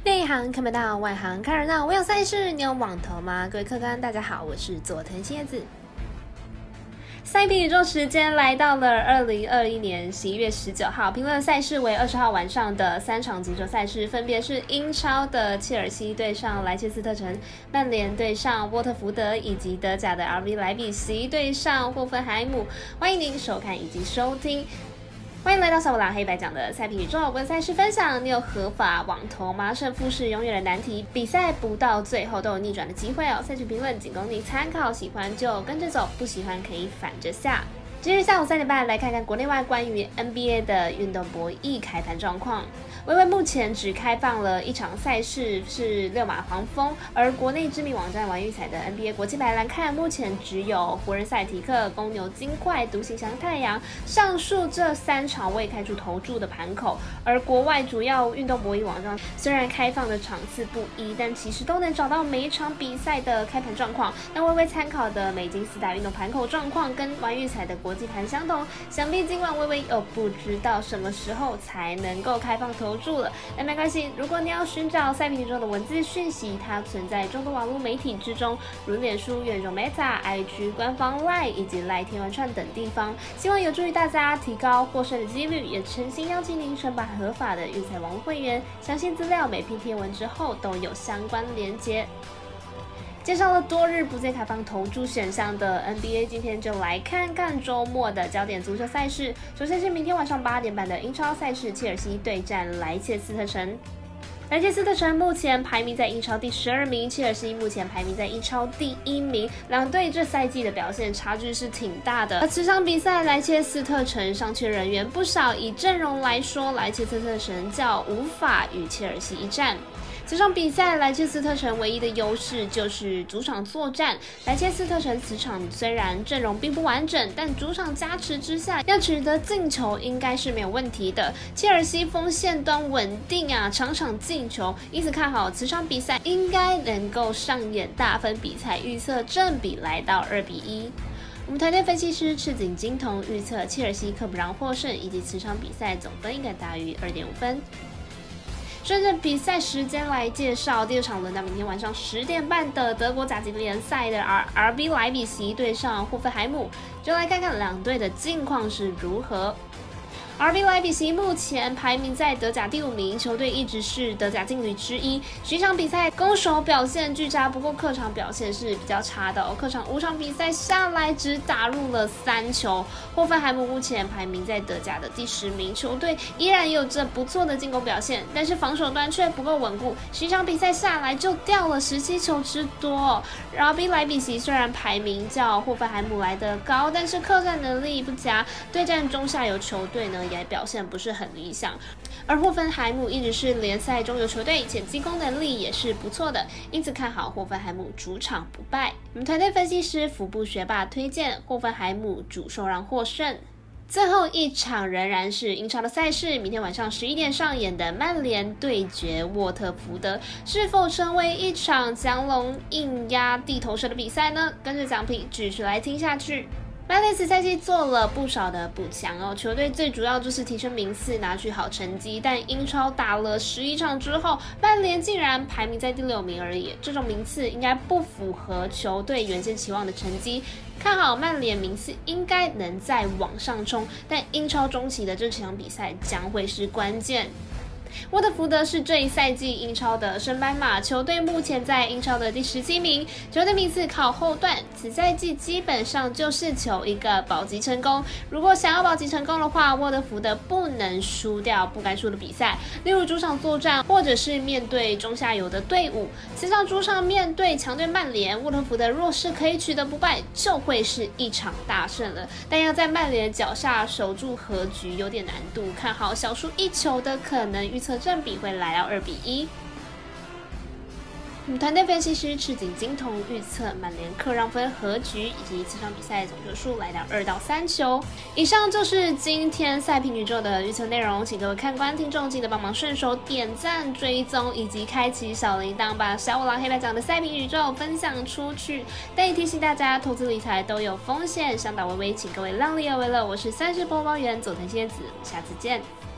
内行看不到，外行看热闹。我有赛事，你有网投吗？各位客官，大家好，我是佐藤蝎子。赛评宇宙时间来到了2021年11月19号，评论赛事为20号晚上的3场足球赛事，分别是英超的切尔西对上莱切斯特城，曼联对上沃特福德，以及德甲的 RB 莱比锡对上霍芬海姆。欢迎您收看以及收听。欢迎来到小五郎黑白讲的赛评宇宙，我赛事分享。你有合法网投吗？胜负是永远的难题，比赛不到最后都有逆转的机会哦。赛事评论仅供你参考，喜欢就跟着走，不喜欢可以反着下。今日下午3点半来看看国内外关于 NBA 的运动博弈开盘状况。微微目前只开放了一场赛事，是六马黄蜂，而国内知名网站玩运彩的 NBA 国际白蓝看，目前只有湖人赛提克、公牛金块、独行侠太阳，上述这3场未开出投注的盘口。而国外主要运动博弈网站虽然开放的场次不一，但其实都能找到每一场比赛的开盘状况。那微微参考的美金4大运动盘口状况跟玩运彩的国际盘相同，想必今晚微微又不知道什么时候才能够开放投注了。但没关系，如果你要寻找赛评宇宙的文字讯息，它存在众多网络媒体之中，如脸书、元宇宙 Meta、IG 官方 LINE 以及 LINE 天文串等地方，希望有助于大家提高获胜的几率，也诚心邀请您申办合法的运彩网络会员。详细资料每篇贴文之后都有相关连结。介绍了多日不再开放投注选项的 NBA， 今天就来看看周末的焦点足球赛事。首先是明天晚上8点半的英超赛事，切尔西对战莱切斯特城。莱切斯特城目前排名在英超第12名，切尔西目前排名在英超第1名，两队这赛季的表现差距是挺大的。而此场比赛，莱切斯特城伤缺人员不少，以阵容来说，莱切斯特城较无法与切尔西一战。这场比赛，莱切斯特城唯一的优势就是主场作战。莱切斯特城此场虽然阵容并不完整，但主场加持之下，要取得进球应该是没有问题的。切尔西锋线端稳定啊，场场进球，因此看好此场比赛应该能够上演大分比赛，预测正比来到2-1。我们团队分析师赤井金童预测切尔西客不让获胜，以及此场比赛总分应该大于2.5分。顺着比赛时间来介绍，第二场轮到明天晚上10点半的德国甲级联赛的 RB 莱比锡对上霍芬海姆，就来看看两队的近况是如何。RB 莱比锡目前排名在德甲第5名，球队一直是德甲劲旅之一。许场比赛攻守表现俱佳，不过客场表现是比较差的哦。客场5场比赛下来只打入了3球。霍芬海姆目前排名在德甲的第10名，球队依然有着不错的进攻表现，但是防守端却不够稳固。许场比赛下来就掉了17球之多哦。RB 莱比锡虽然排名较霍芬海姆来得高，但是客战能力不佳，对战中下游球队呢也表现不是很理想，而霍芬海姆一直是联赛中游球队，且进攻能力也是不错的，因此看好霍芬海姆主场不败。我们团队分析师福布学霸推荐霍芬海姆主受让获胜。最后一场仍然是英超的赛事，明天晚上11点上演的曼联对决沃特福德，是否成为一场降龙硬压地头蛇的比赛呢？跟着讲评继续来听下去。曼联此赛季做了不少的补强哦，球队最主要就是提升名次，拿取好成绩。但英超打了11场之后，曼联竟然排名在第6名而已，这种名次应该不符合球队原先期望的成绩。看好曼联名次应该能再往上冲，但英超中期的这场比赛将会是关键。沃特福德是这一赛季英超的升班马，球队目前在英超的第17名，球队名次靠后段，此赛季基本上就是求一个保级成功。如果想要保级成功的话，沃特福德不能输掉不该输的比赛，例如主场作战，或者是面对中下游的队伍。此场主场面对强队曼联，沃特福德若是可以取得不败，就会是一场大胜了。但要在曼联脚下守住和局有点难度，看好小输1球的可能，预测正比会来到2-1。我们团队分析师赤井金童预测曼联客让分和局，以及此场比赛总球数来到2到3球。以上就是今天赛评宇宙的预测内容，请各位看官听众记得帮忙顺手点赞、追踪以及开启小铃铛，把小五郎黑白讲的赛评宇宙分享出去。但也提醒大家，投资理财都有风险，想打微微，请各位量力而为了。我是30播报员佐藤蝎子，下次见。